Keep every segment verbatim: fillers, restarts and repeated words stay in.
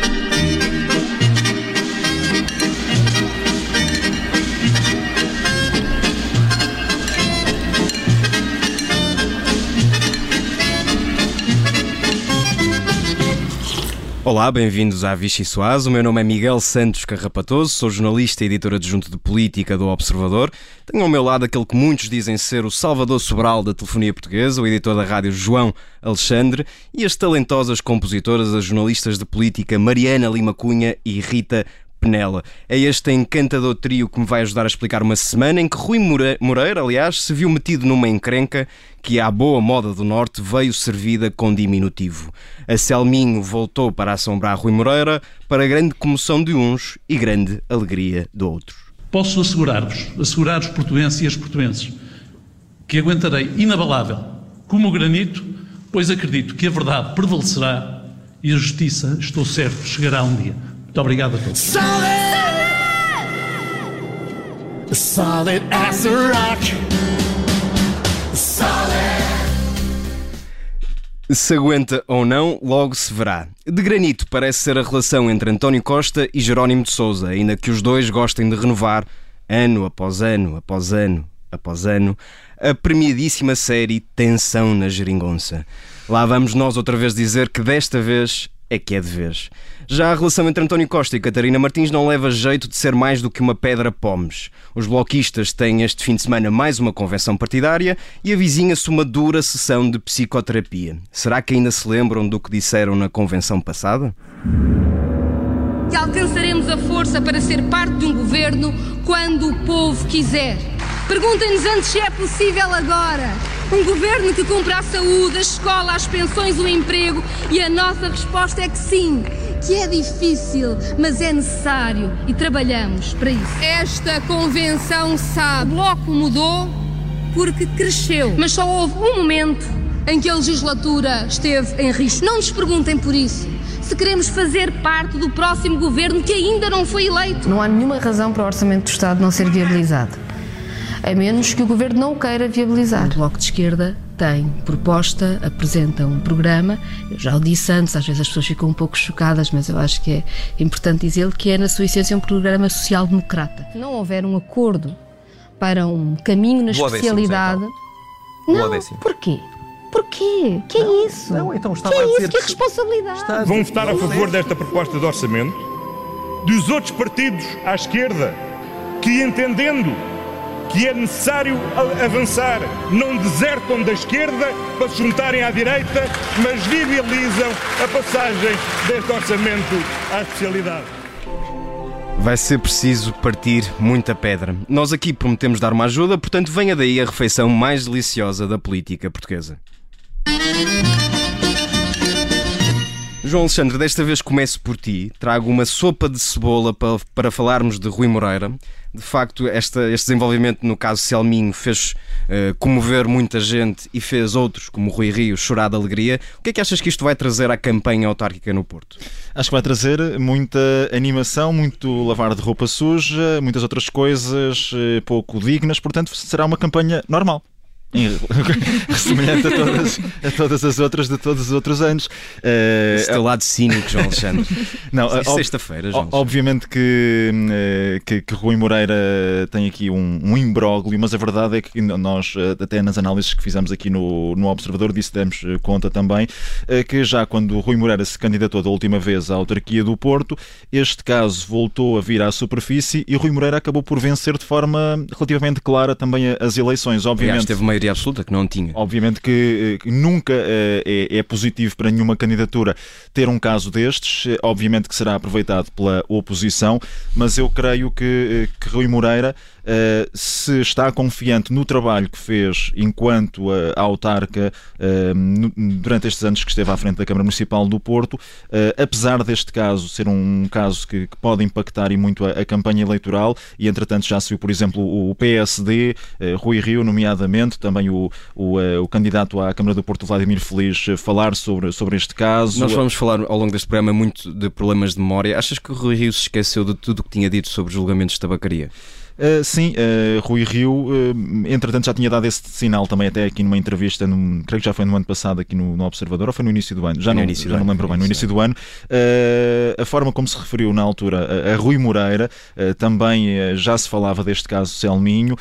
Olá, bem-vindos à Vichy Soase. O meu nome é Miguel Santos Carrapatoso, sou jornalista e editor adjunto de política do Observador. Tenho ao meu lado aquele que muitos dizem ser o Salvador Sobral da telefonia portuguesa, o editor da rádio João Alexandre, e as talentosas compositoras, as jornalistas de política Mariana Lima Cunha e Rita Penela. É este encantador trio que me vai ajudar a explicar uma semana em que Rui Moreira, aliás, se viu metido numa encrenca que, à boa moda do Norte, veio servida com diminutivo. A Selminho voltou para assombrar Rui Moreira, para a grande comoção de uns e grande alegria de outros. Posso assegurar-vos, assegurar os portuenses e as portuenses, que aguentarei inabalável como o granito, pois acredito que a verdade prevalecerá e a justiça, estou certo, chegará um dia. Muito obrigado a todos. Solid, solid as a rock. Solid. Se aguenta ou não, logo se verá. De granito parece ser a relação entre António Costa e Jerónimo de Sousa, ainda que os dois gostem de renovar, ano após ano, após ano, após ano, a premiadíssima série Tensão na Geringonça. Lá vamos nós outra vez dizer que desta vez é que é de vez. Já a relação entre António Costa e Catarina Martins não leva jeito de ser mais do que uma pedra pomes. Os bloquistas têm este fim de semana mais uma convenção partidária e avizinha-se uma dura sessão de psicoterapia. Será que ainda se lembram do que disseram na convenção passada? Que alcançaremos a força para ser parte de um governo quando o povo quiser. Perguntem-nos antes se é possível agora. Um governo que cumpra a saúde, a escola, as pensões, o emprego. E a nossa resposta é que sim, que é difícil, mas é necessário e trabalhamos para isso. Esta convenção sabe, o Bloco mudou porque cresceu. Mas só houve um momento em que a legislatura esteve em risco. Não nos perguntem por isso. Se queremos fazer parte do próximo governo que ainda não foi eleito. Não há nenhuma razão para o Orçamento do Estado não ser viabilizado, a menos que o Governo não o queira viabilizar. O Bloco de Esquerda tem proposta, apresenta um programa, eu já o disse antes, às vezes as pessoas ficam um pouco chocadas, mas eu acho que é importante dizer que é, na sua essência, um programa social-democrata. Se não houver um acordo para um caminho na Boa especialidade... Décimos, então. Não, porquê? Porquê? Que não, é isso? Não, então que estava é a dizer isso? Que é que responsabilidade? está a Vão votar a favor desta proposta de orçamento dos outros partidos à esquerda que, entendendo que é necessário avançar, não desertam da esquerda para se juntarem à direita, mas viabilizam a passagem deste orçamento à especialidade. Vai ser preciso partir muita pedra. Nós aqui prometemos dar uma ajuda, portanto venha daí a refeição mais deliciosa da política portuguesa. João Alexandre, desta vez começo por ti. Trago uma sopa de cebola para, para falarmos de Rui Moreira. De facto, esta, este desenvolvimento no caso Selminho fez uh, comover muita gente e fez outros, como Rui Rio, chorar de alegria. O que é que achas que isto vai trazer à campanha autárquica no Porto? Acho que vai trazer muita animação, muito lavar de roupa suja, muitas outras coisas uh, pouco dignas, portanto será uma campanha normal. Semelhante a todas, a todas as outras de todos os outros anos. Uh, Esse teu lado cínico, João Alexandre. Não, é sexta-feira, João Alexandre. Obviamente que, que, que Rui Moreira tem aqui um, um imbróglio, mas a verdade é que nós, até nas análises que fizemos aqui no, no Observador, disso demos conta também, que já quando Rui Moreira se candidatou da última vez à autarquia do Porto, este caso voltou a vir à superfície e Rui Moreira acabou por vencer de forma relativamente clara também as eleições. Obviamente, aliás, teve maioria absoluta que não tinha. Obviamente que, que nunca é, é positivo para nenhuma candidatura ter um caso destes, obviamente que será aproveitado pela oposição, mas eu creio que, que Rui Moreira, Uh, se está confiante no trabalho que fez enquanto uh, autarca uh, no, durante estes anos que esteve à frente da Câmara Municipal do Porto, uh, apesar deste caso ser um caso que, que pode impactar e muito a, a campanha eleitoral, e entretanto já se viu, por exemplo, o, o P S D, uh, Rui Rio, nomeadamente, também o, o, uh, o candidato à Câmara do Porto, Vladimir Feliz, uh, falar sobre, sobre este caso. Nós vamos falar ao longo deste programa muito de problemas de memória. Achas que o Rui Rio se esqueceu de tudo o que tinha dito sobre julgamentos de tabacaria? Uh, sim, uh, Rui Rio, uh, entretanto já tinha dado esse sinal também até aqui numa entrevista, num, creio que já foi no ano passado aqui no, no Observador, ou foi no início do ano? Já, no não, início já do não ano, lembro bem, no início do ano. Uh, a forma como se referiu na altura a, a Rui Moreira, também já se falava deste caso Selminho.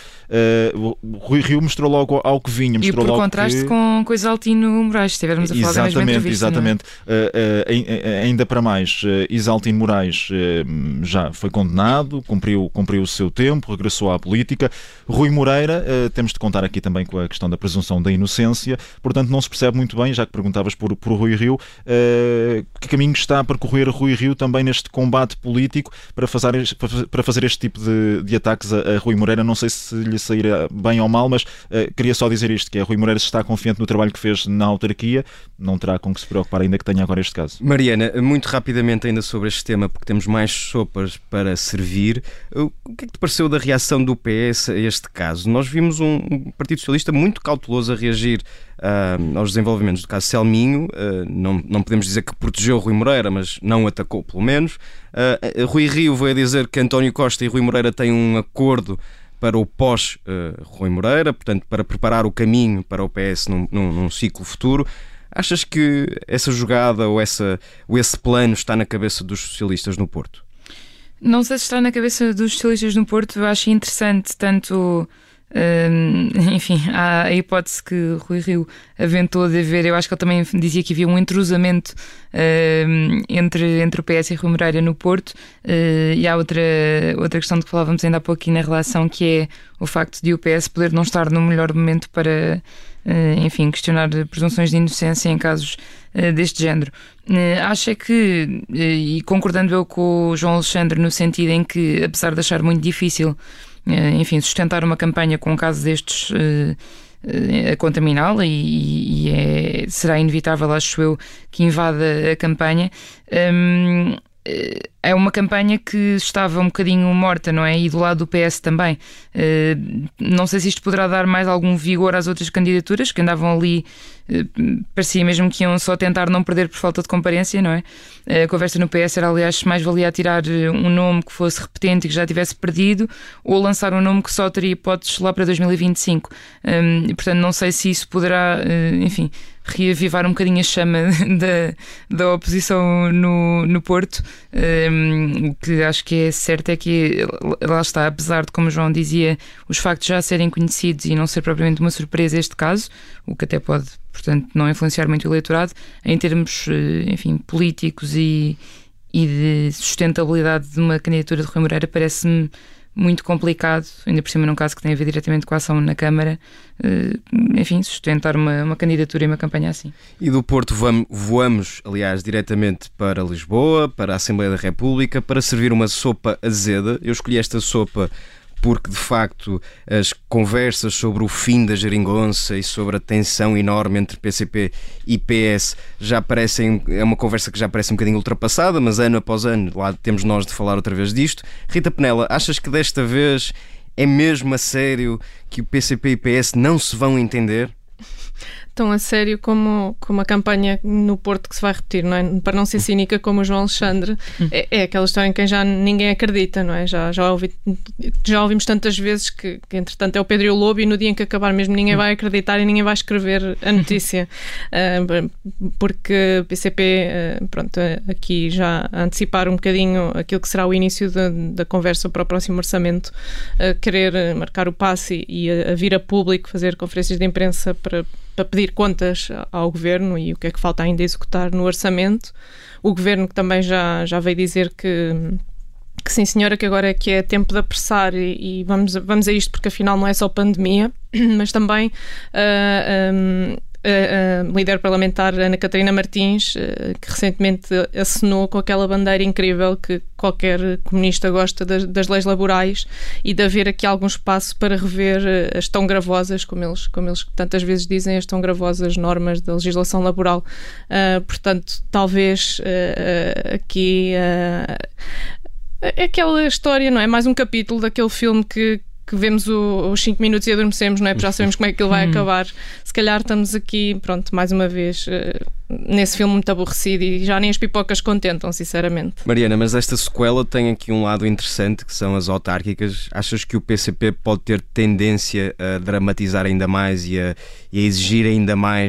O Rui Rio mostrou logo ao que vinha. E por logo contraste que... com, com Isaltino Moraes, se estivermos a falar da mesma entrevista. Exatamente, exatamente. É? Ainda para mais, Isaltino Moraes já foi condenado, cumpriu, cumpriu o seu tempo, regressou à política. Rui Moreira, temos de contar aqui também com a questão da presunção da inocência, portanto não se percebe muito bem, já que perguntavas por, por Rui Rio, que caminho está a percorrer Rui Rio também neste combate político para fazer, para fazer este tipo de, de ataques a, a Rui Moreira. Não sei se lhe sairá bem ou mal, mas uh, queria só dizer isto, que é Rui Moreira, se está confiante no trabalho que fez na autarquia, não terá com que se preocupar, ainda que tenha agora este caso. Mariana, muito rapidamente ainda sobre este tema, porque temos mais sopas para servir. O que é que te pareceu da reação do P S a este caso? Nós vimos um Partido Socialista muito cauteloso a reagir uh, aos desenvolvimentos do caso Selminho. Uh, não, não podemos dizer que protegeu Rui Moreira, mas não o atacou, pelo menos. Uh, Rui Rio veio a dizer que António Costa e Rui Moreira têm um acordo para o pós-Rui uh, Moreira, portanto, para preparar o caminho para o P S num, num, num ciclo futuro. Achas que essa jogada ou, essa, ou esse plano está na cabeça dos socialistas no Porto? Não sei se está na cabeça dos socialistas no Porto. Eu acho interessante tanto... Uh, enfim, há a hipótese que Rui Rio aventou de haver, eu acho que ele também dizia que havia um entrosamento uh, entre, entre o P S e Rui Moreira no Porto, uh, e há outra, outra questão de que falávamos ainda há pouco aqui na relação, que é o facto de o P S poder não estar no melhor momento para, uh, enfim, questionar presunções de inocência em casos uh, deste género. Uh, acho é que, uh, e concordando eu com o João Alexandre no sentido em que, apesar de achar muito difícil enfim, sustentar uma campanha com um caso destes uh, uh, a contaminá-la, e, e é, será inevitável, acho eu, que invada a campanha. Um, é uma campanha que estava um bocadinho morta, não é? E do lado do P S também. Uh, não sei se isto poderá dar mais algum vigor às outras candidaturas que andavam ali, uh, parecia mesmo que iam só tentar não perder por falta de comparência, não é? A conversa no P S era, aliás, mais valia tirar um nome que fosse repetente e que já tivesse perdido, ou lançar um nome que só teria hipóteses lá para dois mil e vinte e cinco. Um, e, portanto, não sei se isso poderá, uh, enfim, reavivar um bocadinho a chama da, da oposição no, no Porto. Um, o que acho que é certo é que, lá está, apesar de, como o João dizia, os factos já serem conhecidos e não ser propriamente uma surpresa este caso, o que até pode, portanto, não influenciar muito o eleitorado, em termos, enfim, políticos e, e de sustentabilidade de uma candidatura de Rui Moreira, parece-me muito complicado, ainda por cima num caso que tem a ver diretamente com a ação na Câmara, enfim, sustentar uma, uma candidatura e uma campanha assim. E do Porto vamos, voamos, aliás, diretamente para Lisboa, para a Assembleia da República, para servir uma sopa azeda. Eu escolhi esta sopa porque, de facto, as conversas sobre o fim da geringonça e sobre a tensão enorme entre P C P e P S já parecem, é uma conversa que já parece um bocadinho ultrapassada, mas ano após ano lá temos nós de falar outra vez disto. Rita Penela, achas que desta vez é mesmo a sério que o P C P e P S não se vão entender? Tão a sério como, como a campanha no Porto que se vai repetir, não é? Para não ser cínica como o João Alexandre, é, é aquela história em quem já ninguém acredita, não é? Já, já, ouvi, já ouvimos tantas vezes que, que entretanto é o Pedro e o Lobo, e no dia em que acabar mesmo ninguém vai acreditar e ninguém vai escrever a notícia, uh, porque o P C P, uh, pronto, aqui já a antecipar um bocadinho aquilo que será o início da, da conversa para o próximo orçamento, uh, querer marcar o passe e, e a, a vir a público fazer conferências de imprensa para para pedir contas ao Governo e o que é que falta ainda executar no orçamento. O Governo que também já, já veio dizer que, que sim senhora, que agora é que é tempo de apressar e, e vamos, vamos a isto, porque afinal não é só pandemia, mas também uh, um, a, a líder parlamentar Ana Catarina Martins, uh, que recentemente assinou com aquela bandeira incrível que qualquer comunista gosta das, das leis laborais, e de haver aqui algum espaço para rever as tão gravosas, como eles, como eles tantas vezes dizem, as tão gravosas normas da legislação laboral. Uh, portanto, talvez uh, aqui uh, aquela história, não é? Mais um capítulo daquele filme que que vemos o, os cinco minutos e adormecemos, não é? Porque já sabemos como é que ele vai acabar. Se calhar estamos aqui, pronto, mais uma vez, uh, nesse filme muito aborrecido, e já nem as pipocas contentam, sinceramente. Mariana, mas esta sequela tem aqui um lado interessante, que são as autárquicas. Achas que o P C P pode ter tendência a dramatizar ainda mais e a, e a exigir ainda mais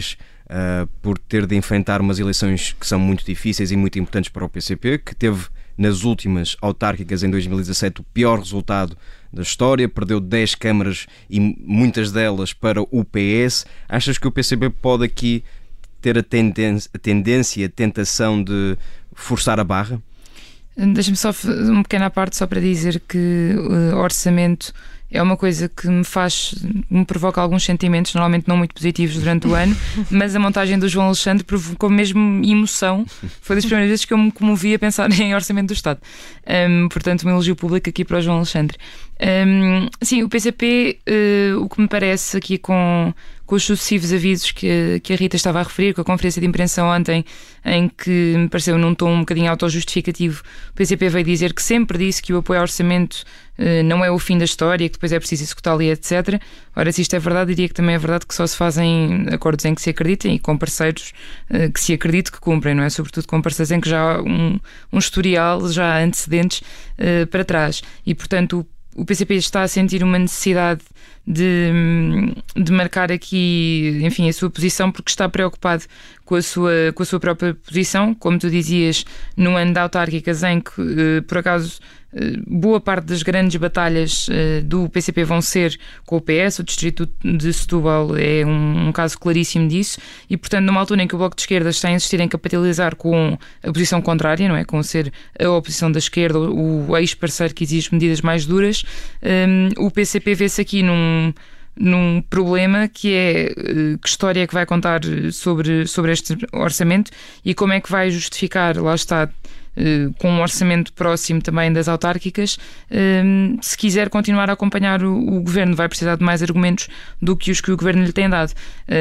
uh, por ter de enfrentar umas eleições que são muito difíceis e muito importantes para o P C P, que teve nas últimas autárquicas em dois mil e dezassete o pior resultado da história, perdeu dez câmaras e muitas delas para o P S. Achas que o P C P pode aqui ter a tendência, a tendência, a tentação de forçar a barra? Deixa-me só uma pequena parte só para dizer que o orçamento é uma coisa que me faz, me provoca alguns sentimentos, normalmente não muito positivos durante o ano, mas a montagem do João Alexandre provocou mesmo emoção. Foi das primeiras vezes que eu me comovi a pensar em orçamento do Estado. Um, portanto, um elogio público aqui para o João Alexandre. Um, sim, o P C P, uh, o que me parece aqui com, com os sucessivos avisos que, que a Rita estava a referir, com a conferência de imprensa ontem, em que me pareceu num tom um bocadinho autojustificativo, o P C P veio dizer que sempre disse que o apoio ao orçamento uh, não é o fim da história, que depois é preciso executá-lo e etcétera. Ora, se isto é verdade, diria que também é verdade que só se fazem acordos em que se acreditem e com parceiros uh, que se acredite que cumprem, não é? Sobretudo com parceiros em que já há um, um historial, já há antecedentes uh, para trás. E, portanto, o P C P está a sentir uma necessidade de, de marcar aqui, enfim, a sua posição, porque está preocupado com a sua, com a sua própria posição, como tu dizias, no ano de autárquicas em que, por acaso, boa parte das grandes batalhas do P C P vão ser com o P S. O distrito de Setúbal é um, um caso claríssimo disso e, portanto, numa altura em que o Bloco de Esquerda está a insistir em capitalizar com a posição contrária, não é? Com ser a oposição da esquerda, o ex-parceiro que exige medidas mais duras, um, o P C P vê-se aqui num num problema que é que história é que vai contar sobre, sobre este orçamento e como é que vai justificar, lá está, com um orçamento próximo também das autárquicas, se quiser continuar a acompanhar o, o governo. Vai precisar de mais argumentos do que os que o governo lhe tem dado.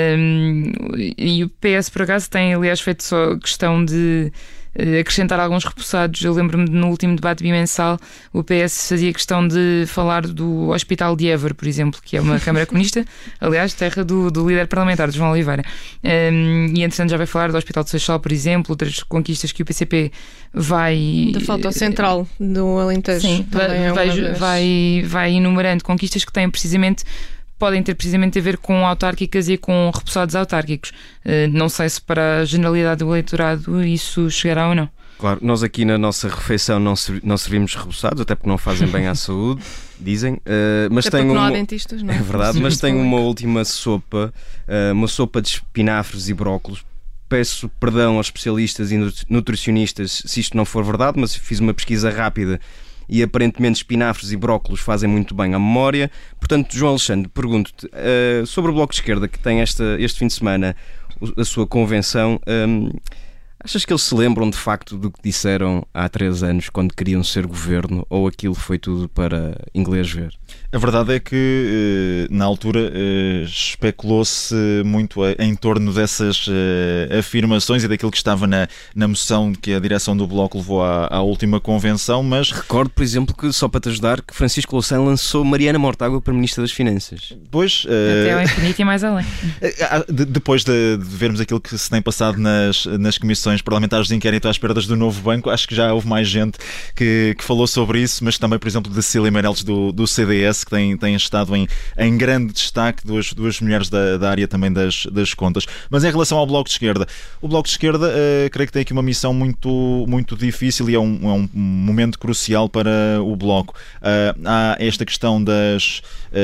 E o P S, por acaso, tem aliás feito só questão de acrescentar alguns repousados. Eu lembro-me de, no último debate bimensal, o P S fazia questão de falar do Hospital de Évora, por exemplo, que é uma Câmara Comunista, aliás, terra do, do líder parlamentar, de João Oliveira. Um, e, entretanto, já vai falar do Hospital de Seixal, por exemplo, outras conquistas que o P C P vai... Da falta ao central do Alentejo. Sim, vai, é vai, das... vai, vai enumerando conquistas que têm precisamente... podem ter precisamente a ver com autárquicas e com repousados autárquicos. Não sei se para a generalidade do eleitorado isso chegará ou não. Claro, nós aqui na nossa refeição não, não servimos repousados, até porque não fazem bem à saúde, dizem. Uh, mas até tenho porque não uma... há dentistas, não é? É verdade, mas tenho uma última sopa, uh, uma sopa de espinafres e brócolos. Peço perdão aos especialistas e nutricionistas se isto não for verdade, mas fiz uma pesquisa rápida e aparentemente espinafres e brócolos fazem muito bem à memória. Portanto, João Alexandre, pergunto-te uh, sobre o Bloco de Esquerda, que tem esta, este fim de semana a sua convenção. Um, achas que eles se lembram de facto do que disseram há três anos quando queriam ser governo, ou aquilo foi tudo para inglês ver? A verdade é que na altura especulou-se muito em torno dessas afirmações e daquilo que estava na, na moção que a direção do Bloco levou à, à última convenção, mas... Recordo, por exemplo, que, só para te ajudar, que Francisco Louçã lançou Mariana Mortágua para Ministra das Finanças. Pois... Até ao infinito e mais além. Depois de, de vermos aquilo que se tem passado nas, nas comissões parlamentares de inquérito às perdas do Novo Banco, acho que já houve mais gente que, que falou sobre isso, mas também, por exemplo, de Cecília Meirelles do, do C D S, que tem, tem estado em, em grande destaque, duas, duas mulheres da, da área também das, das contas. Mas em relação ao Bloco de Esquerda, o Bloco de Esquerda uh, creio que tem aqui uma missão muito, muito difícil e é um, é um momento crucial para o Bloco. Uh, há esta questão das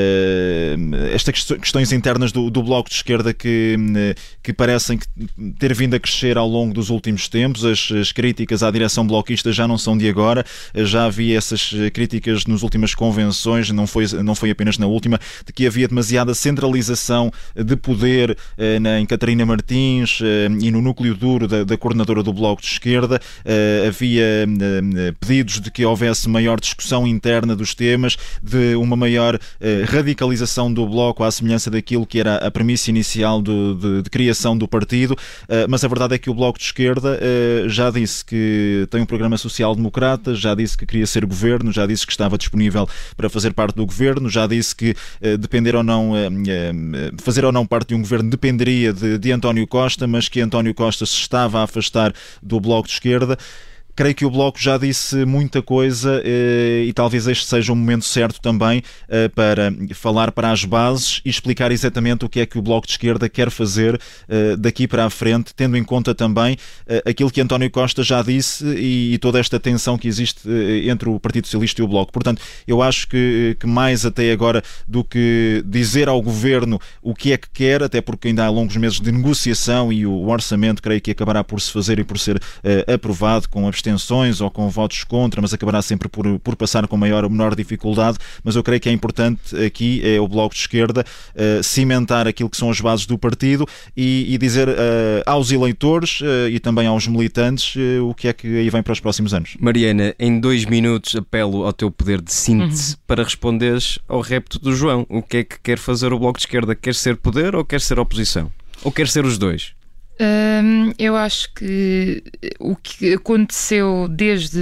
uh, estas questões internas do, do Bloco de Esquerda que, que parecem ter vindo a crescer ao longo dos últimos tempos. As, as críticas à direção bloquista já não são de agora, já havia essas críticas nas últimas convenções, não foi, não foi apenas na última, de que havia demasiada centralização de poder eh, na, em Catarina Martins eh, e no núcleo duro da, da coordenadora do Bloco de Esquerda. Eh, havia eh, pedidos de que houvesse maior discussão interna dos temas, de uma maior eh, radicalização do Bloco à semelhança daquilo que era a premissa inicial do, de, de criação do partido, eh, mas a verdade é que o Bloco de Esquerda eh, já disse que tem um programa social-democrata, já disse que queria ser governo, já disse que estava disponível para fazer parte do governo, já disse que eh, depender ou não, eh, fazer ou não parte de um governo dependeria de, de António Costa, mas que António Costa se estava a afastar do Bloco de Esquerda. creio que o Bloco já disse muita coisa e talvez este seja o momento certo também para falar para as bases e explicar exatamente o que é que o Bloco de Esquerda quer fazer daqui para a frente, tendo em conta também aquilo que António Costa já disse e toda esta tensão que existe entre o Partido Socialista e o Bloco. Portanto, eu acho que, que mais até agora do que dizer ao Governo o que é que quer, até porque ainda há longos meses de negociação e o orçamento creio que acabará por se fazer e por ser uh, aprovado com abstenções ou com votos contra, mas acabará sempre por, por passar com maior ou menor dificuldade. Mas eu creio que é importante aqui é o Bloco de Esquerda uh, cimentar aquilo que são as bases do partido e, e dizer uh, aos eleitores uh, e também aos militantes uh, o que é que aí vem para os próximos anos. Mariana, em dois minutos apelo ao teu poder de síntese uhum. para responderes ao repto do João. O que é que quer fazer o Bloco de Esquerda? Quer ser poder ou quer ser oposição? Ou quer ser os dois? Hum, eu acho que o que aconteceu desde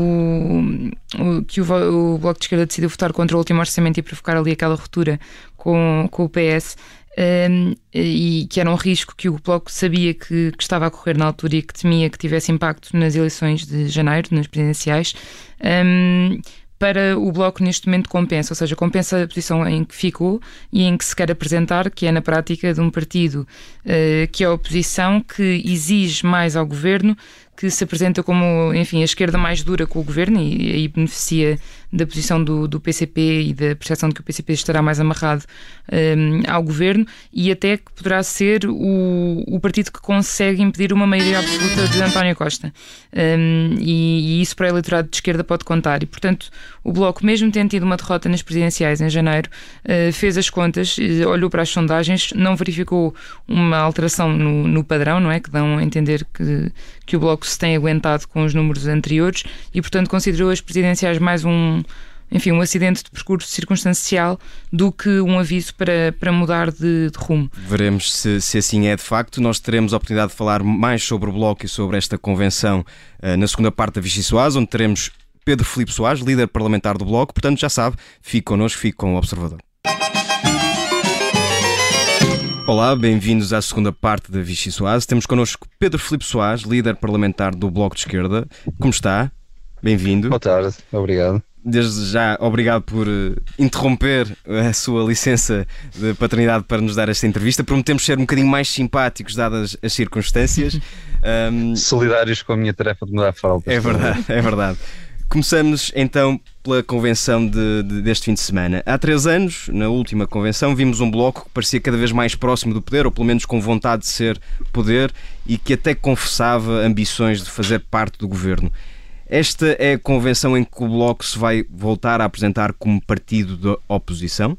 o, o que o, o Bloco de Esquerda decidiu votar contra o último orçamento e provocar ali aquela ruptura com, com o P S, um, e que era um risco que o Bloco sabia que, que estava a correr na altura e que temia que tivesse impacto nas eleições de janeiro, nas presidenciais, um, para o Bloco neste momento compensa, ou seja, compensa a posição em que ficou e em que se quer apresentar, que é na prática de um partido uh, que é a oposição, que exige mais ao governo, que se apresenta como, enfim, a esquerda mais dura com o governo e aí beneficia da posição do, do P C P e da percepção de que o P C P estará mais amarrado um, ao governo e até que poderá ser o, o partido que consegue impedir uma maioria absoluta de António Costa. Um, e, e isso para o eleitorado de esquerda pode contar. E, portanto, o Bloco, mesmo tendo tido uma derrota nas presidenciais em janeiro, uh, fez as contas, uh, olhou para as sondagens, não verificou uma alteração no, no padrão, não é? Que dão a entender que, que o Bloco se tem aguentado com os números anteriores e, portanto, considerou as presidenciais mais um, enfim, um acidente de percurso circunstancial do que um aviso para, para mudar de, de rumo. Veremos se, se assim é de facto. Nós teremos a oportunidade de falar mais sobre o Bloco e sobre esta convenção uh, na segunda parte da Vichy Soares, onde teremos Pedro Filipe Soares, líder parlamentar do Bloco. Portanto, já sabe, fique connosco, fique com o Observador. Olá, bem-vindos à segunda parte da Vichy Soares. Temos connosco Pedro Filipe Soares, líder parlamentar do Bloco de Esquerda. Como está? Bem-vindo. Boa tarde, obrigado. Desde já, obrigado por uh, interromper a sua licença de paternidade para nos dar esta entrevista. Prometemos ser um bocadinho mais simpáticos, dadas as circunstâncias. Um... Solidários com a minha tarefa de mudar fraldas. É verdade, é verdade. Começamos então pela convenção de, de, deste fim de semana. Há três anos, na última convenção, vimos um Bloco que parecia cada vez mais próximo do poder, ou pelo menos com vontade de ser poder, e que até confessava ambições de fazer parte do governo. Esta é a convenção em que o Bloco se vai voltar a apresentar como partido da oposição?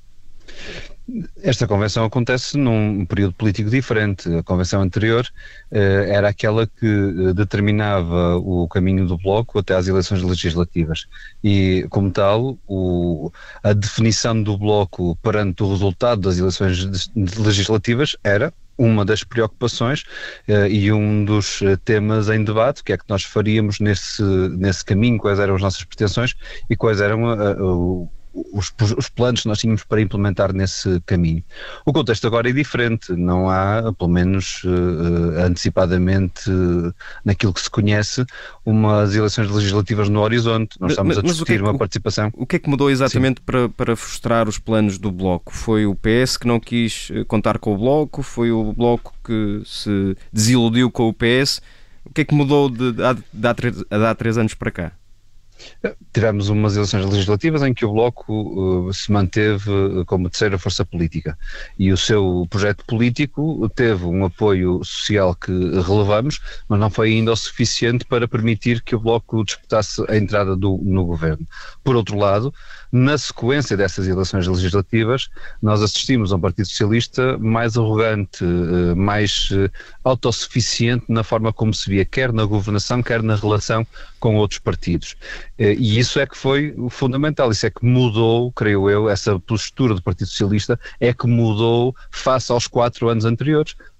Esta convenção acontece num período político diferente. A convenção anterior eh, era aquela que determinava o caminho do Bloco até às eleições legislativas e, como tal, o, a definição do Bloco perante o resultado das eleições legislativas era uma das preocupações uh, e um dos temas em debate, o que é que nós faríamos nesse, nesse caminho, quais eram as nossas pretensões e quais eram uh, uh, Os, os planos que nós tínhamos para implementar nesse caminho. O contexto agora é diferente, não há, pelo menos uh, antecipadamente, uh, naquilo que se conhece, umas eleições legislativas no horizonte. Nós estamos mas, a discutir é que, uma participação. O que é que mudou exatamente para, para frustrar os planos do Bloco? Foi o P S que não quis contar com o Bloco? Foi o Bloco que se desiludiu com o P S? O que é que mudou de, de, de, de, há, três, de há três anos para cá? Tivemos umas eleições legislativas em que o Bloco uh, se manteve como terceira força política e o seu projeto político teve um apoio social que relevamos, mas não foi ainda o suficiente para permitir que o Bloco disputasse a entrada do, no governo. Por outro lado, na sequência dessas eleições legislativas, nós assistimos a um Partido Socialista mais arrogante, uh, mais uh, autossuficiente na forma como se via, quer na governação, quer na relação com outros partidos. E isso é que foi o fundamental, isso é que mudou, creio eu, essa postura do Partido Socialista é que mudou face aos quatro anos anteriores,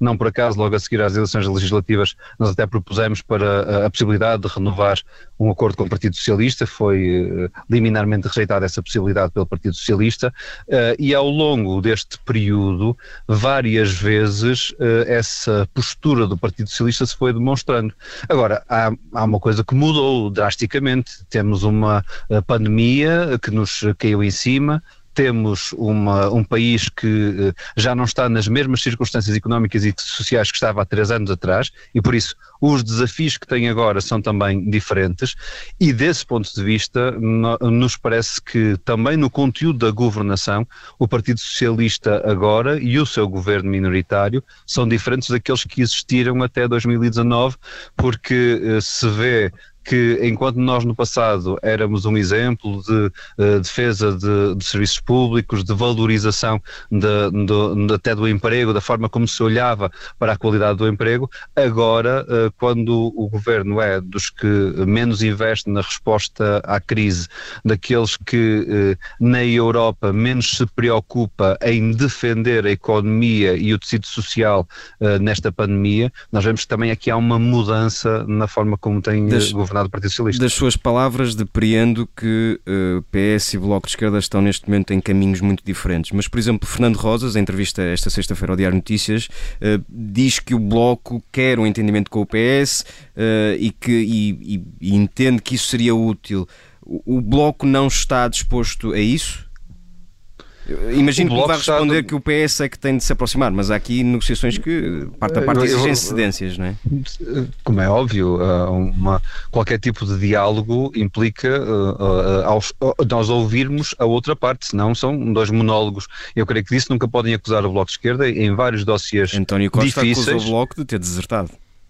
não por acaso, logo a seguir às eleições legislativas, nós até propusemos para a, a possibilidade de renovar um acordo com o Partido Socialista, foi uh, liminarmente rejeitada essa possibilidade pelo Partido Socialista, uh, e ao longo deste período, várias vezes, uh, essa postura do Partido Socialista se foi demonstrando. Agora, há, há uma coisa que mudou drasticamente, temos uma uh, pandemia que nos caiu em cima, temos uma, um país que uh, já não está nas mesmas circunstâncias económicas e sociais que estava há três anos atrás, e por isso os desafios que tem agora são também diferentes, e desse ponto de vista no, nos parece que também no conteúdo da governação o Partido Socialista agora e o seu governo minoritário são diferentes daqueles que existiram até dois mil e dezanove, porque uh, se vê que enquanto nós no passado éramos um exemplo de uh, defesa de, de serviços públicos, de valorização de, de, de, até do emprego, da forma como se olhava para a qualidade do emprego, agora uh, quando o governo é dos que menos investe na resposta à crise, daqueles que uh, na Europa menos se preocupa em defender a economia e o tecido social uh, nesta pandemia, nós vemos que também aqui há uma mudança na forma como tem das, governado do Partido Socialista. Das suas palavras depreendo que uh, P S e Bloco de Esquerda estão neste momento em caminhos muito diferentes, mas por exemplo Fernando Rosas, em entrevista esta sexta-feira ao Diário Notícias, uh, diz que o Bloco quer um entendimento com o P S uh, e, que, e, e, e entende que isso seria útil. O, o Bloco não está disposto a isso? Imagino que vai responder está... que o P S é que tem de se aproximar, mas há aqui negociações que parte a parte exigem cedências, não é? Como é óbvio, uma, qualquer tipo de diálogo implica uh, uh, aos, uh, nós ouvirmos a outra parte, senão são dois monólogos. Eu creio que disso nunca podem acusar o Bloco de Esquerda em vários dossiês António Costa difíceis. Acusou o Bloco de ter desertado.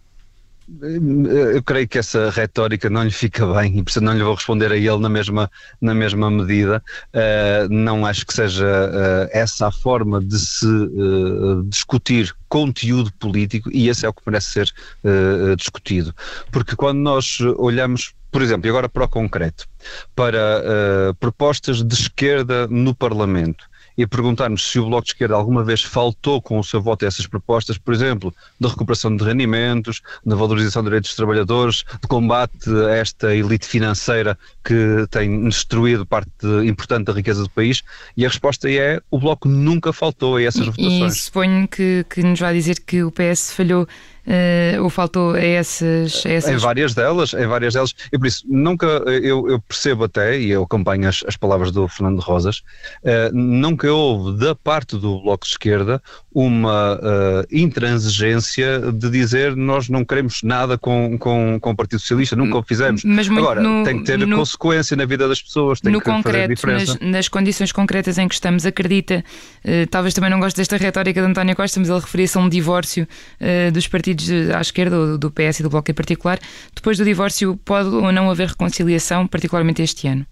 Eu creio que essa retórica não lhe fica bem e por isso não lhe vou responder a ele na mesma, na mesma medida. Uh, não acho que seja uh, essa a forma de se uh, discutir conteúdo político, e esse é o que merece ser uh, discutido. Porque quando nós olhamos, por exemplo, e agora para o concreto, para uh, propostas de esquerda no Parlamento, e perguntar-nos se o Bloco de Esquerda alguma vez faltou com o seu voto a essas propostas, por exemplo, da recuperação de rendimentos, da valorização de direitos dos trabalhadores, de combate a esta elite financeira que tem destruído parte importante da riqueza do país, e a resposta é: o Bloco nunca faltou a essas votações. E suponho que, que nos vai dizer que o P S falhou uh, ou faltou a essas, a essas... Em várias delas, em várias delas, e por isso nunca, eu, eu percebo até, e eu acompanho as, as palavras do Fernando Rosas, uh, nunca houve da parte do Bloco de Esquerda uma uh, intransigência de dizer nós não queremos nada com, com, com o Partido Socialista, nunca o fizemos. Mas agora, no, tem que ter no, consequência na vida das pessoas, tem no que concreto, fazer diferença. Nas, nas condições concretas em que estamos, acredita, uh, talvez também não goste desta retórica de António Costa, mas ele referia-se a um divórcio uh, dos partidos à esquerda, ou do P S e do Bloco em particular. Depois do divórcio pode ou não haver reconciliação, particularmente este ano?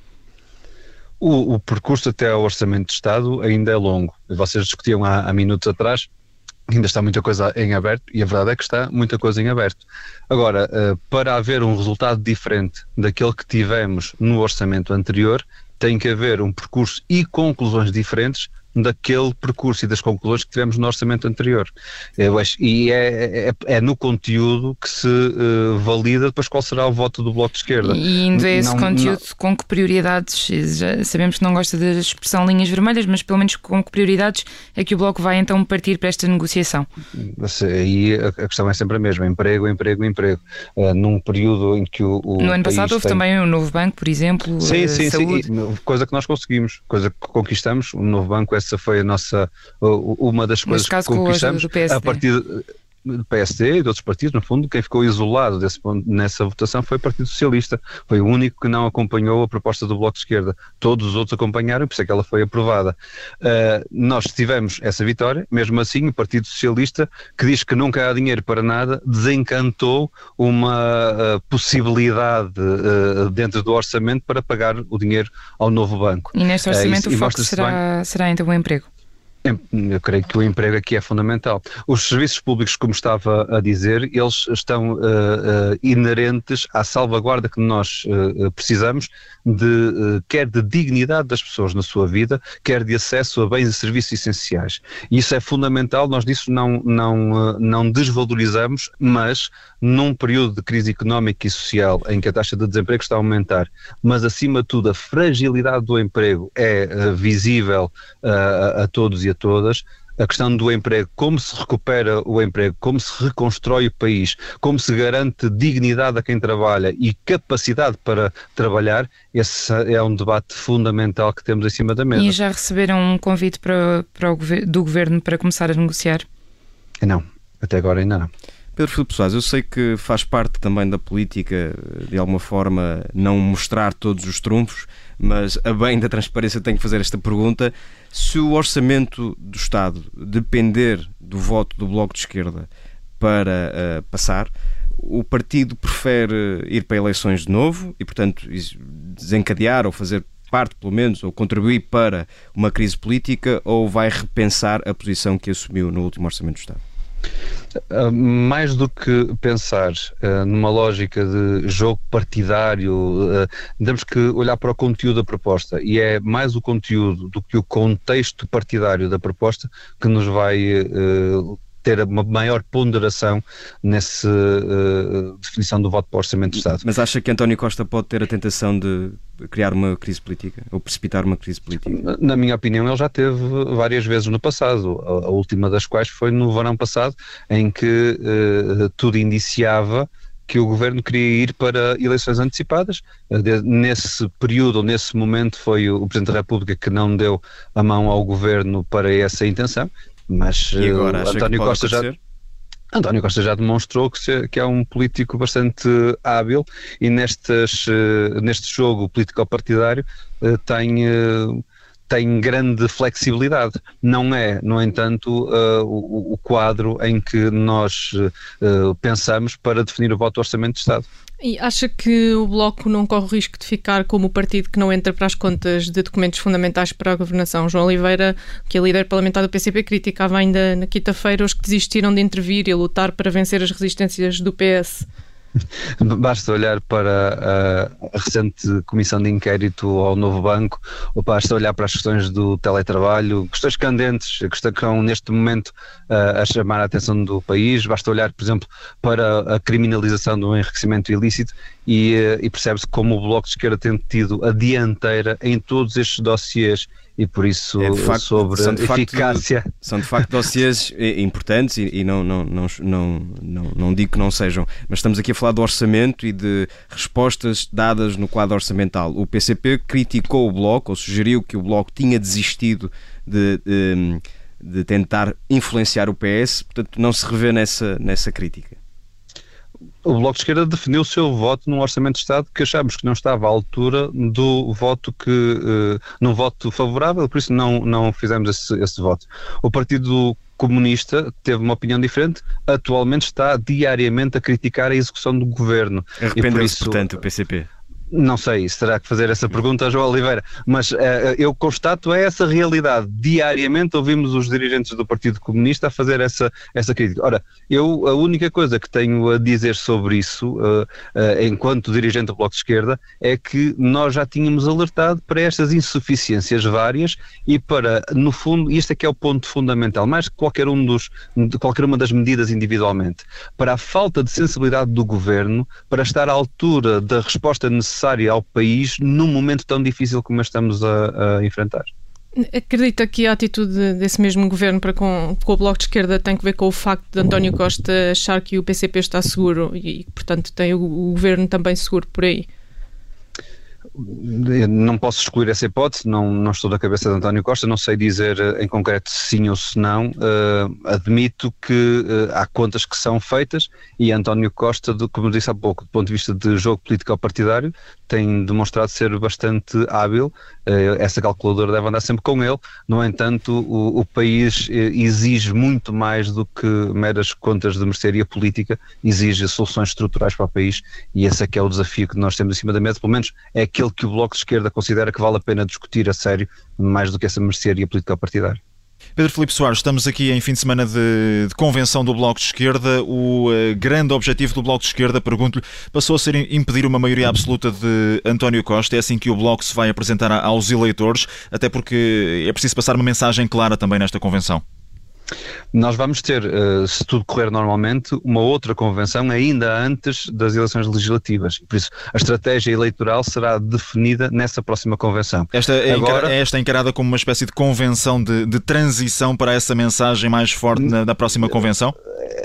O, o percurso até ao Orçamento de Estado ainda é longo. Vocês discutiam há, há minutos atrás, ainda está muita coisa em aberto, e a verdade é que está muita coisa em aberto. Agora, para haver um resultado diferente daquele que tivemos no orçamento anterior, tem que haver um percurso e conclusões diferentes daquele percurso e das conclusões que tivemos no orçamento anterior. Eu acho, e é, é, é no conteúdo que se uh, valida depois qual será o voto do Bloco de Esquerda. E indo a esse não, conteúdo, não... com que prioridades, já sabemos que não gosta da expressão linhas vermelhas, mas pelo menos com que prioridades é que o Bloco vai então partir para esta negociação? Aí a, a questão é sempre a mesma: emprego, emprego, emprego. Uh, num período em que o, o No ano passado houve tem... também o Novo Banco, por exemplo, sim, sim, saúde. Sim, coisa que nós conseguimos, coisa que conquistamos, o Novo Banco. Essa foi a nossa, uma das coisas que conquistamos a partir do P S D e de outros partidos. No fundo, quem ficou isolado desse ponto, nessa votação foi o Partido Socialista. Foi o único que não acompanhou a proposta do Bloco de Esquerda. Todos os outros acompanharam, por isso é que ela foi aprovada. Uh, nós tivemos essa vitória. Mesmo assim, o Partido Socialista, que diz que nunca há dinheiro para nada, desencantou uma uh, possibilidade uh, dentro do orçamento para pagar o dinheiro ao novo banco. E neste orçamento uh, isso, o foco será, bem... será então o emprego? Eu creio que o emprego aqui é fundamental. Os serviços públicos, como estava a dizer, eles estão uh, uh, inerentes à salvaguarda que nós uh, precisamos, de, uh, quer de dignidade das pessoas na sua vida, quer de acesso a bens e serviços essenciais. E isso é fundamental, nós disso não, não, uh, não desvalorizamos, mas num período de crise económica e social em que a taxa de desemprego está a aumentar, mas acima de tudo a fragilidade do emprego é uh, visível uh, a todos e a todas, a questão do emprego, como se recupera o emprego, como se reconstrói o país, como se garante dignidade a quem trabalha e capacidade para trabalhar, esse é um debate fundamental que temos em cima da mesa. E já receberam um convite para, para o, do Governo para começar a negociar? Não, até agora ainda não. Pedro Filipe Soares, eu sei que faz parte também da política, de alguma forma, não mostrar todos os trunfos, mas a bem da transparência tenho que fazer esta pergunta. Se o orçamento do Estado depender do voto do Bloco de Esquerda para uh, passar, o partido prefere ir para eleições de novo e, portanto, desencadear ou fazer parte, pelo menos, ou contribuir para uma crise política, ou vai repensar a posição que assumiu no último orçamento do Estado? Uh, mais do que pensar uh, numa lógica de jogo partidário, uh, temos que olhar para o conteúdo da proposta, e é mais o conteúdo do que o contexto partidário da proposta que nos vai uh, ter uma maior ponderação nessa uh, definição do voto para o Orçamento do Estado. Mas acha que António Costa pode ter a tentação de criar uma crise política, ou precipitar uma crise política? Na minha opinião, ele já teve várias vezes no passado, a, a última das quais foi no verão passado, em que uh, tudo indiciava que o Governo queria ir para eleições antecipadas. Nesse período, ou nesse momento, foi o Presidente da República que não deu a mão ao Governo para essa intenção. Mas e agora, acha António que Costa já António Costa já demonstrou que, se, que é um político bastante hábil e nestes, neste jogo político-partidário tem, tem grande flexibilidade. Não é, no entanto, o, o quadro em que nós pensamos para definir o voto do Orçamento de Estado. E acha que o Bloco não corre o risco de ficar como o partido que não entra para as contas de documentos fundamentais para a governação? João Oliveira, que é líder parlamentar do P C P, criticava ainda na quinta-feira os que desistiram de intervir e lutar para vencer as resistências do P S. Basta olhar para a recente comissão de inquérito ao novo banco, ou basta olhar para as questões do teletrabalho, questões candentes, que estão neste momento a chamar a atenção do país. Basta olhar, por exemplo, para a criminalização do enriquecimento ilícito e, e percebe-se como o Bloco de Esquerda tem tido a dianteira em todos estes dossiês. E por isso, é facto, sobre a eficácia... Facto, são de facto dossiês importantes e, e não, não, não, não, não, não digo que não sejam, mas estamos aqui a falar do orçamento e de respostas dadas no quadro orçamental. O P C P criticou o Bloco, ou sugeriu que o Bloco tinha desistido de, de, de tentar influenciar o P S, portanto não se revê nessa, nessa crítica. O Bloco de Esquerda definiu o seu voto num Orçamento de Estado que achámos que não estava à altura do voto que, uh, num voto favorável, por isso não, não fizemos esse, esse voto. O Partido Comunista teve uma opinião diferente, atualmente está diariamente a criticar a execução do Governo. Arrependeu-se, portanto, o P C P? Não sei, se terá que fazer essa pergunta a João Oliveira, mas uh, eu constato essa realidade. Diariamente ouvimos os dirigentes do Partido Comunista a fazer essa, essa crítica. Ora, eu a única coisa que tenho a dizer sobre isso, uh, uh, enquanto dirigente do Bloco de Esquerda, é que nós já tínhamos alertado para estas insuficiências várias e para, no fundo, isto é que é o ponto fundamental, mais que qualquer, um dos, qualquer uma das medidas individualmente, para a falta de sensibilidade do Governo, para estar à altura da resposta necessária ao país num momento tão difícil como estamos a, a enfrentar. Acredita que a atitude desse mesmo governo para com, com o Bloco de Esquerda tem que ver com o facto de António Costa achar que o P C P está seguro e, portanto, tem o, o governo também seguro por aí? Eu não posso excluir essa hipótese, não, não estou da cabeça de António Costa, não sei dizer em concreto se sim ou se não. Uh, admito que uh, há contas que são feitas e António Costa, do, como disse há pouco, do ponto de vista de jogo político-partidário, tem demonstrado ser bastante hábil. Uh, essa calculadora deve andar sempre com ele. No entanto, o, o país uh, exige muito mais do que meras contas de mercearia política, exige soluções estruturais para o país e esse é que é o desafio que nós temos em cima da mesa, pelo menos é aquele que o Bloco de Esquerda considera que vale a pena discutir a sério, mais do que essa mercearia política partidária. Pedro Filipe Soares, estamos aqui em fim de semana de, de convenção do Bloco de Esquerda. O uh, grande objetivo do Bloco de Esquerda, pergunto-lhe, passou a ser impedir uma maioria absoluta de António Costa. É assim que o Bloco se vai apresentar aos eleitores, até porque é preciso passar uma mensagem clara também nesta convenção. Nós vamos ter, se tudo correr normalmente, uma outra convenção ainda antes das eleições legislativas. Por isso, a estratégia eleitoral será definida nessa próxima convenção. Esta é, Agora, é esta encarada como uma espécie de convenção de, de transição para essa mensagem mais forte na, da próxima convenção?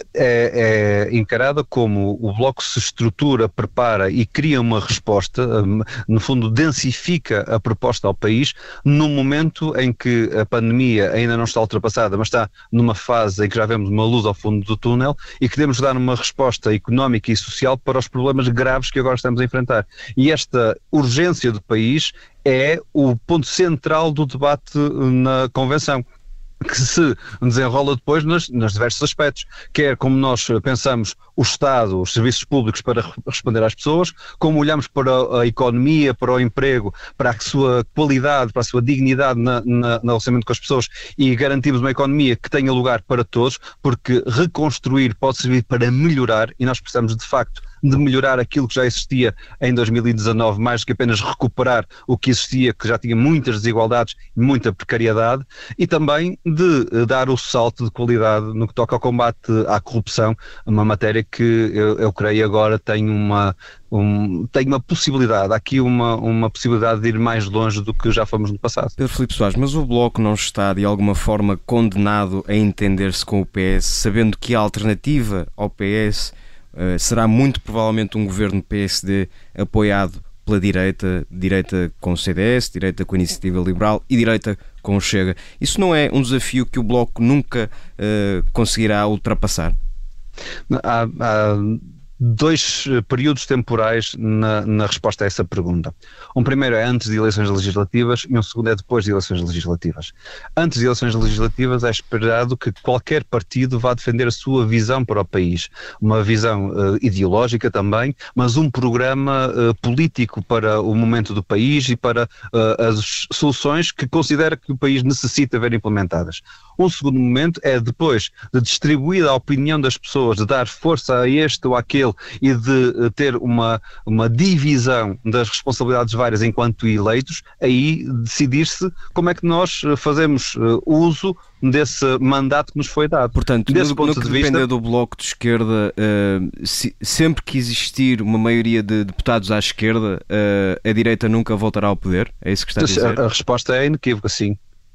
É, é encarada como o Bloco se estrutura, prepara e cria uma resposta, no fundo densifica a proposta ao país, num momento em que a pandemia ainda não está ultrapassada, mas está numa fase em que já vemos uma luz ao fundo do túnel e queremos dar uma resposta económica e social para os problemas graves que agora estamos a enfrentar. E esta urgência do país é o ponto central do debate na convenção, que se desenrola depois nos, nos diversos aspectos, quer como nós pensamos o Estado, os serviços públicos para responder às pessoas, como olhamos para a economia, para o emprego, para a sua qualidade, para a sua dignidade na, na, no relacionamento com as pessoas e garantimos uma economia que tenha lugar para todos, porque reconstruir pode servir para melhorar e nós precisamos de facto de melhorar aquilo que já existia em dois mil e dezanove, mais do que apenas recuperar o que existia, que já tinha muitas desigualdades e muita precariedade, e também de dar o salto de qualidade no que toca ao combate à corrupção, uma matéria que eu, eu creio agora tem uma, um, tem uma possibilidade, há aqui uma, uma possibilidade de ir mais longe do que já fomos no passado. Pedro Filipe Soares, mas o Bloco não está de alguma forma condenado a entender-se com o P S, sabendo que a alternativa ao P S Uh, será muito provavelmente um governo P S D apoiado pela direita, direita com o C D S, direita com a Iniciativa Liberal e direita com o Chega. Isso não é um desafio que o Bloco nunca uh, conseguirá ultrapassar? Há, há dois períodos temporais na, na resposta a essa pergunta. Um primeiro é antes de eleições legislativas e um segundo é depois de eleições legislativas. Antes de eleições legislativas é esperado que qualquer partido vá defender a sua visão para o país. Uma visão uh, ideológica também, mas um programa uh, político para o momento do país e para uh, as soluções que considera que o país necessita ver implementadas. Um segundo momento é depois de distribuir a opinião das pessoas, de dar força a este ou àquele e de ter uma, uma divisão das responsabilidades várias enquanto eleitos, aí decidir-se como é que nós fazemos uso desse mandato que nos foi dado. Portanto, desse no, ponto no que de depender vista, do Bloco de Esquerda, uh, se, sempre que existir uma maioria de deputados à esquerda, uh, a direita nunca voltará ao poder? É isso que está a dizer? A, a resposta é inequívoca, sim.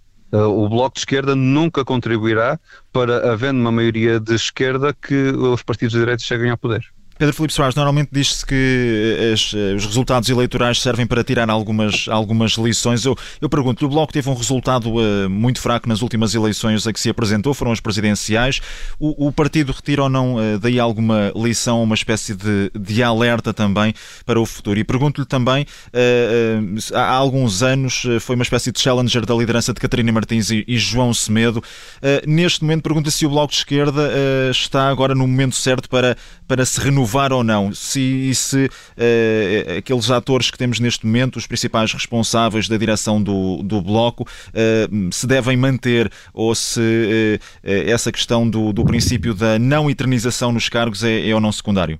O Bloco de Esquerda nunca contribuirá para, havendo uma maioria de esquerda, que os partidos de direita cheguem ao poder. Pedro Filipe Soares, normalmente diz-se que as, os resultados eleitorais servem para tirar algumas, algumas lições. Eu, eu pergunto, o Bloco teve um resultado uh, muito fraco nas últimas eleições a que se apresentou, foram as presidenciais. O, o partido retira ou não uh, daí alguma lição, uma espécie de, de alerta também para o futuro? E pergunto-lhe também, uh, uh, há alguns anos uh, foi uma espécie de challenger da liderança de Catarina Martins e, e João Semedo. Uh, neste momento, pergunta se o Bloco de Esquerda uh, está agora no momento certo para, para se renovar ou não, se, se uh, aqueles atores que temos neste momento, os principais responsáveis da direção do, do Bloco, uh, se devem manter ou se uh, essa questão do, do princípio da não eternização nos cargos é, é ou não secundário?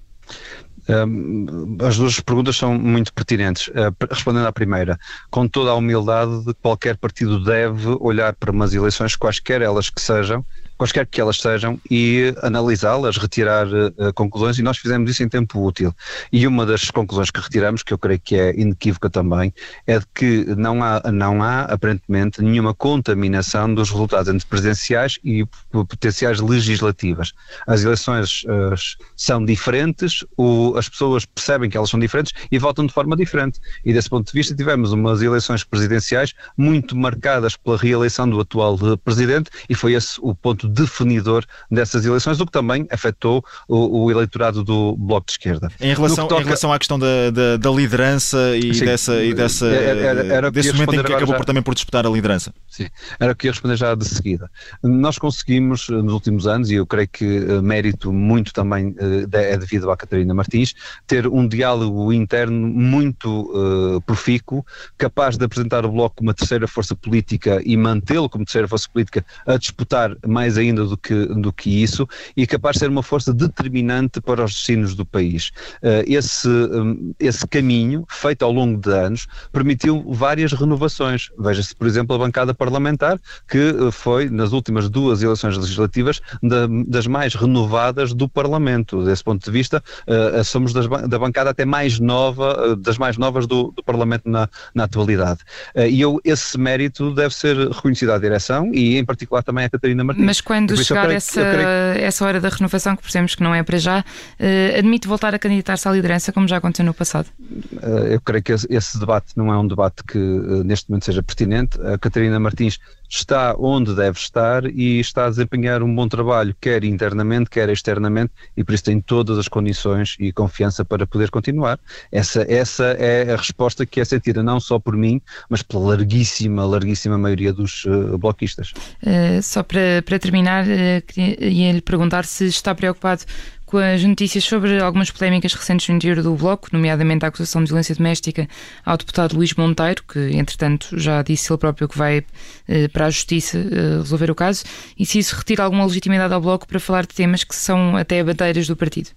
As duas perguntas são muito pertinentes. Respondendo à primeira, com toda a humildade, qualquer partido deve olhar para umas eleições, quaisquer elas que sejam, quaisquer que elas sejam, e analisá-las, retirar uh, conclusões, e nós fizemos isso em tempo útil. E uma das conclusões que retiramos, que eu creio que é inequívoca também, é de que não há, não há aparentemente nenhuma contaminação dos resultados entre presidenciais e potenciais legislativas. As eleições uh, são diferentes, o, as pessoas percebem que elas são diferentes e votam de forma diferente. E desse ponto de vista tivemos umas eleições presidenciais muito marcadas pela reeleição do atual presidente, e foi esse o ponto momento definidor dessas eleições, o que também afetou o, o eleitorado do Bloco de Esquerda. Em relação, toca... em relação à questão da, da, da liderança e, dessa, e dessa, era, era, era desse momento em que acabou já... por, também por disputar a liderança. Sim, era o que ia responder já de seguida. Nós conseguimos nos últimos anos, e eu creio que uh, mérito muito também uh, é devido à Catarina Martins, ter um diálogo interno muito uh, profícuo, capaz de apresentar o Bloco como uma terceira força política e mantê-lo como terceira força política a disputar mais ainda do que, do que isso, e capaz de ser uma força determinante para os destinos do país. Uh, esse, um, esse caminho, feito ao longo de anos, permitiu várias renovações. Veja-se, por exemplo, a bancada parlamentar, que uh, foi, nas últimas duas eleições legislativas, da, das mais renovadas do Parlamento. Desse ponto de vista, uh, somos das, da bancada até mais nova, uh, das mais novas do, do Parlamento na, na atualidade. Uh, e eu, esse mérito deve ser reconhecido à direção e, em particular, também à Catarina Martins. Mas quando chegar creio, essa, creio... essa hora da renovação, que percebemos que não é para já, uh, admite voltar a candidatar-se à liderança, como já aconteceu no passado? Uh, eu creio que esse, esse debate não é um debate que uh, neste momento seja pertinente. A Catarina Martins está onde deve estar e está a desempenhar um bom trabalho, quer internamente, quer externamente, e por isso tem todas as condições e confiança para poder continuar. Essa, essa é a resposta que é sentida não só por mim, mas pela larguíssima, larguíssima maioria dos uh, bloquistas. Uh, só para, para terminar, uh, queria, ia-lhe perguntar se está preocupado com as notícias sobre algumas polémicas recentes no interior do Bloco, nomeadamente a acusação de violência doméstica ao deputado Luís Monteiro, que entretanto já disse ele próprio que vai eh, para a Justiça eh, resolver o caso, e se isso retira alguma legitimidade ao Bloco para falar de temas que são até bandeiras do partido.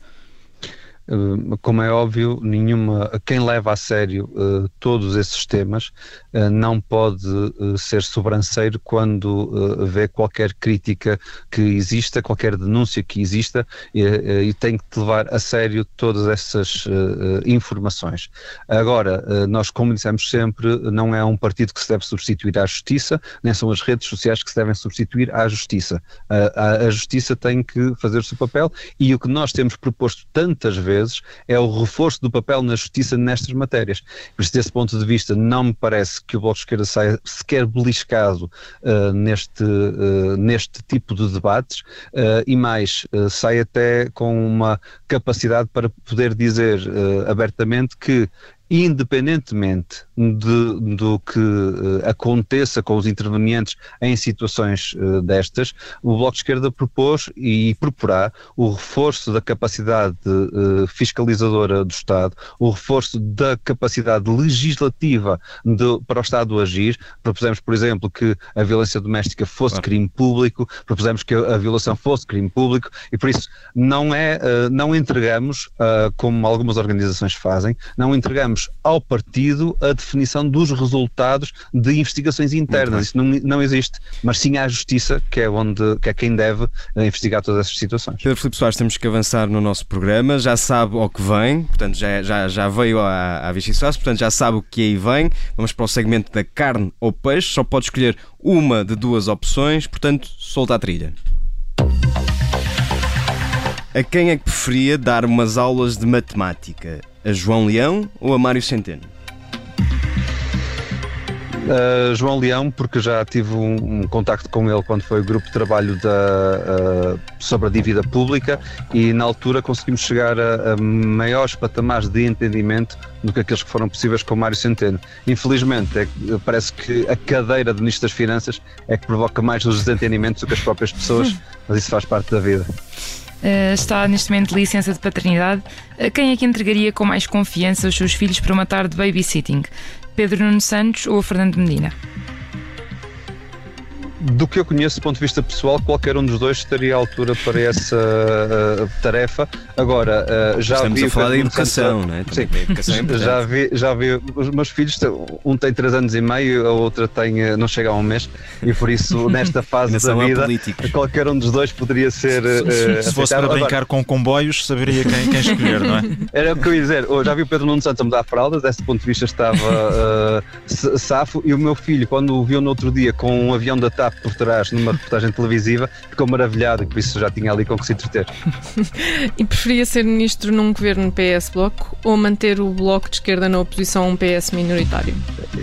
Como é óbvio, nenhuma, quem leva a sério uh, todos esses temas uh, não pode uh, ser sobranceiro quando uh, vê qualquer crítica que exista, qualquer denúncia que exista, e, uh, e tem que levar a sério todas essas uh, uh, informações. Agora, uh, nós, como dissemos sempre, não é um partido que se deve substituir à Justiça, nem são as redes sociais que se devem substituir à Justiça. Uh, a, a Justiça tem que fazer o seu papel, e o que nós temos proposto tantas vezes é o reforço do papel na Justiça nestas matérias. Por isso, desse ponto de vista, não me parece que o Bloco de Esquerda saia sequer beliscado uh, neste, uh, neste tipo de debates, uh, e mais, uh, sai até com uma capacidade para poder dizer uh, abertamente que, independentemente de, do que uh, aconteça com os intervenientes em situações uh, destas, o Bloco de Esquerda propôs e proporá o reforço da capacidade uh, fiscalizadora do Estado, o reforço da capacidade legislativa de, para o Estado agir. Propusemos, por exemplo, que a violência doméstica fosse claro. crime público, propusemos que a, a violação fosse crime público, e por isso não, é, uh, não entregamos, uh, como algumas organizações fazem, não entregamos ao partido a definição dos resultados de investigações internas. Isso não, não existe, mas sim à Justiça, que é, onde, que é quem deve investigar todas essas situações. Pedro Filipe Soares, temos que avançar no nosso programa, já sabe ao que vem, portanto já, já, já veio à, à Vichy Soares, portanto já sabe o que aí vem. Vamos para o segmento da carne ou peixe, só pode escolher uma de duas opções, portanto solta a trilha. A quem é que preferia dar umas aulas de matemática? A João Leão ou a Mário Centeno? Uh, João Leão, porque já tive um, um contacto com ele quando foi o grupo de trabalho da, uh, sobre a dívida pública, e na altura conseguimos chegar a, a maiores patamares de entendimento do que aqueles que foram possíveis com o Mário Centeno. Infelizmente, é, parece que a cadeira de Ministro das Finanças é que provoca mais os desentendimentos do que as próprias pessoas, mas isso faz parte da vida. Uh, está neste momento de licença de paternidade. A quem é que entregaria com mais confiança os seus filhos para uma tarde de babysitting? Pedro Nuno Santos ou Fernando Medina? Do que eu conheço do ponto de vista pessoal, qualquer um dos dois estaria à altura para essa uh, tarefa. Agora, uh, já Estamos vi... a falar da educação, não é? Sim, a educação é já, vi, já vi os meus filhos, um tem três anos e meio, a outra tem, não chega a um mês, e por isso, nesta fase da vida, qualquer um dos dois poderia ser uh, Se fosse para brincar Agora, com comboios, saberia quem, quem escolher, não é? Era o que eu ia dizer. Eu já vi o Pedro Nuno Santos a mudar fraldas, desse ponto de vista estava uh, safo, e o meu filho, quando o viu no outro dia com um avião da TAP por trás, numa reportagem televisiva, ficou maravilhado, e por isso já tinha ali com que se entreter. E preferia ser ministro num governo P S Bloco ou manter o Bloco de Esquerda na oposição a um P S minoritário?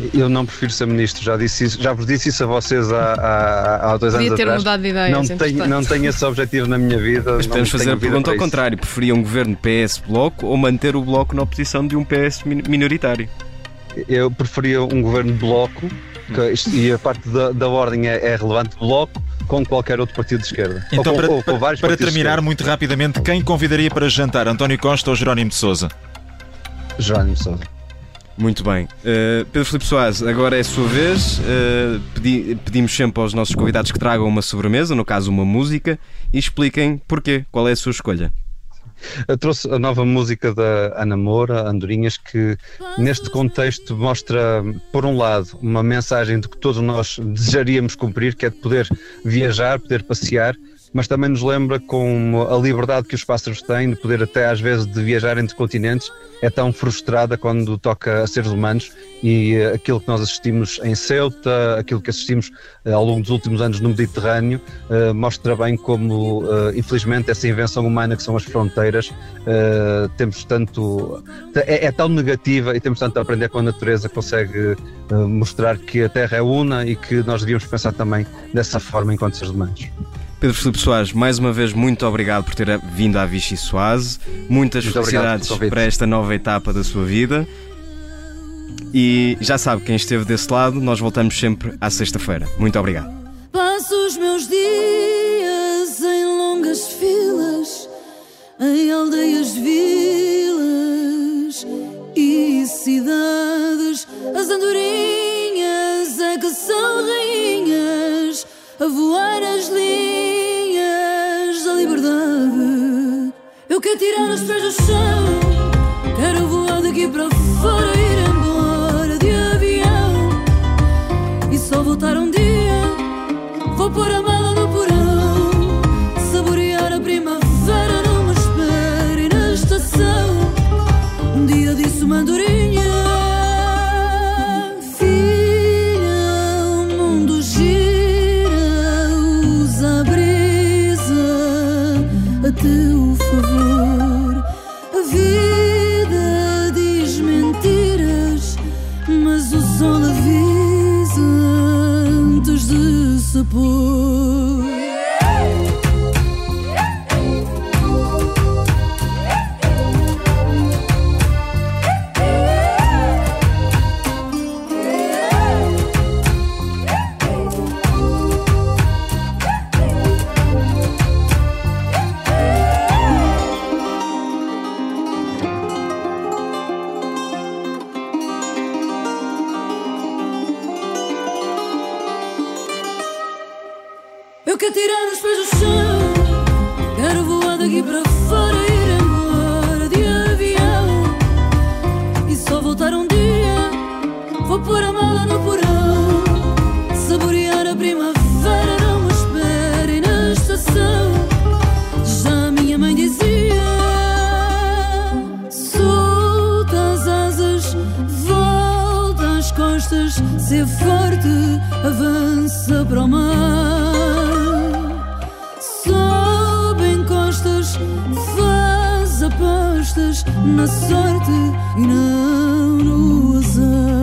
Eu não prefiro ser ministro, já, disse isso, já vos disse isso a vocês há, há, há dois Devia anos ter atrás. mudado de ideia, não, é tenho, não tenho esse objetivo na minha vida. Mas podemos fazer a pergunta ao isso. contrário: preferia um governo P S-Bloco ou manter o Bloco na oposição de um P S minoritário? Eu preferia um governo de Bloco, que, isto, e a parte da, da ordem é, é relevante, Bloco, com qualquer outro partido de esquerda. Então, ou com, para, ou com vários para terminar, muito rapidamente, quem convidaria para jantar, António Costa ou Jerónimo de Sousa? Jerónimo de Sousa. Muito bem. Uh, Pedro Filipe Soares, agora é a sua vez. Uh, pedi, pedimos sempre aos nossos convidados que tragam uma sobremesa, no caso uma música, e expliquem porquê, qual é a sua escolha. Eu trouxe a nova música da Ana Moura, Andorinhas, que neste contexto mostra, por um lado, uma mensagem de que todos nós desejaríamos cumprir, que é de poder viajar, poder passear, mas também nos lembra com a liberdade que os pássaros têm de poder até às vezes de viajar entre continentes, é tão frustrada quando toca a seres humanos, e aquilo que nós assistimos em Ceuta, aquilo que assistimos ao longo dos últimos anos no Mediterrâneo, uh, mostra bem como, uh, infelizmente, essa invenção humana que são as fronteiras, uh, temos tanto, é, é tão negativa, e temos tanto a aprender com a natureza, consegue uh, mostrar que a Terra é una e que nós devíamos pensar também dessa forma enquanto seres humanos. Pedro Filipe Soares, mais uma vez muito obrigado por ter vindo à Vichy Soase. Muitas muito felicidades para esta nova etapa da sua vida. E já sabe, quem esteve desse lado, nós voltamos sempre à sexta-feira. Muito obrigado. Passo os meus dias em longas filas, em aldeias, vilas e cidades. As andorinhas é que são rainhas, a voar as linhas da liberdade. Eu quero tirar os pés do chão, quero voar daqui para fora, ir embora de avião e só voltar um dia. Vou pôr a mala no porão, saborear a primavera numa espera e na estação. Um dia disse uma andorinha: a teu favor. A vida diz mentiras, mas o sol avisa antes de se pôr. Eu quero tirar os pés do chão, quero voar daqui para fora, ir embora de avião e só voltar um dia. Vou pôr a mala no porão, saborear a primavera numa espera e na estação. Já a minha mãe dizia: solta as asas, volta às costas, ser forte, avança para o mar. Faz apostas na sorte e não no azar.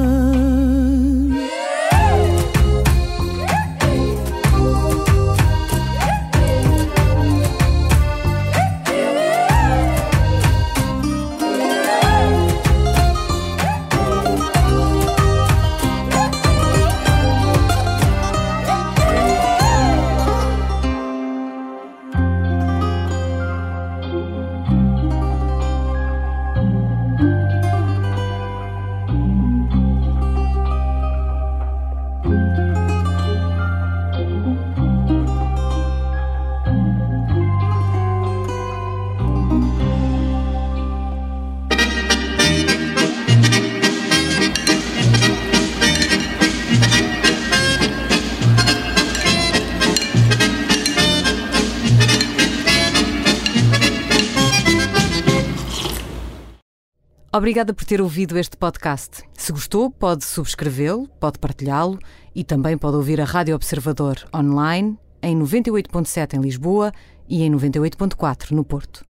Obrigada por ter ouvido este podcast. Se gostou, pode subscrevê-lo, pode partilhá-lo e também pode ouvir a Rádio Observador online em noventa e oito ponto sete em Lisboa e em noventa e oito ponto quatro no Porto.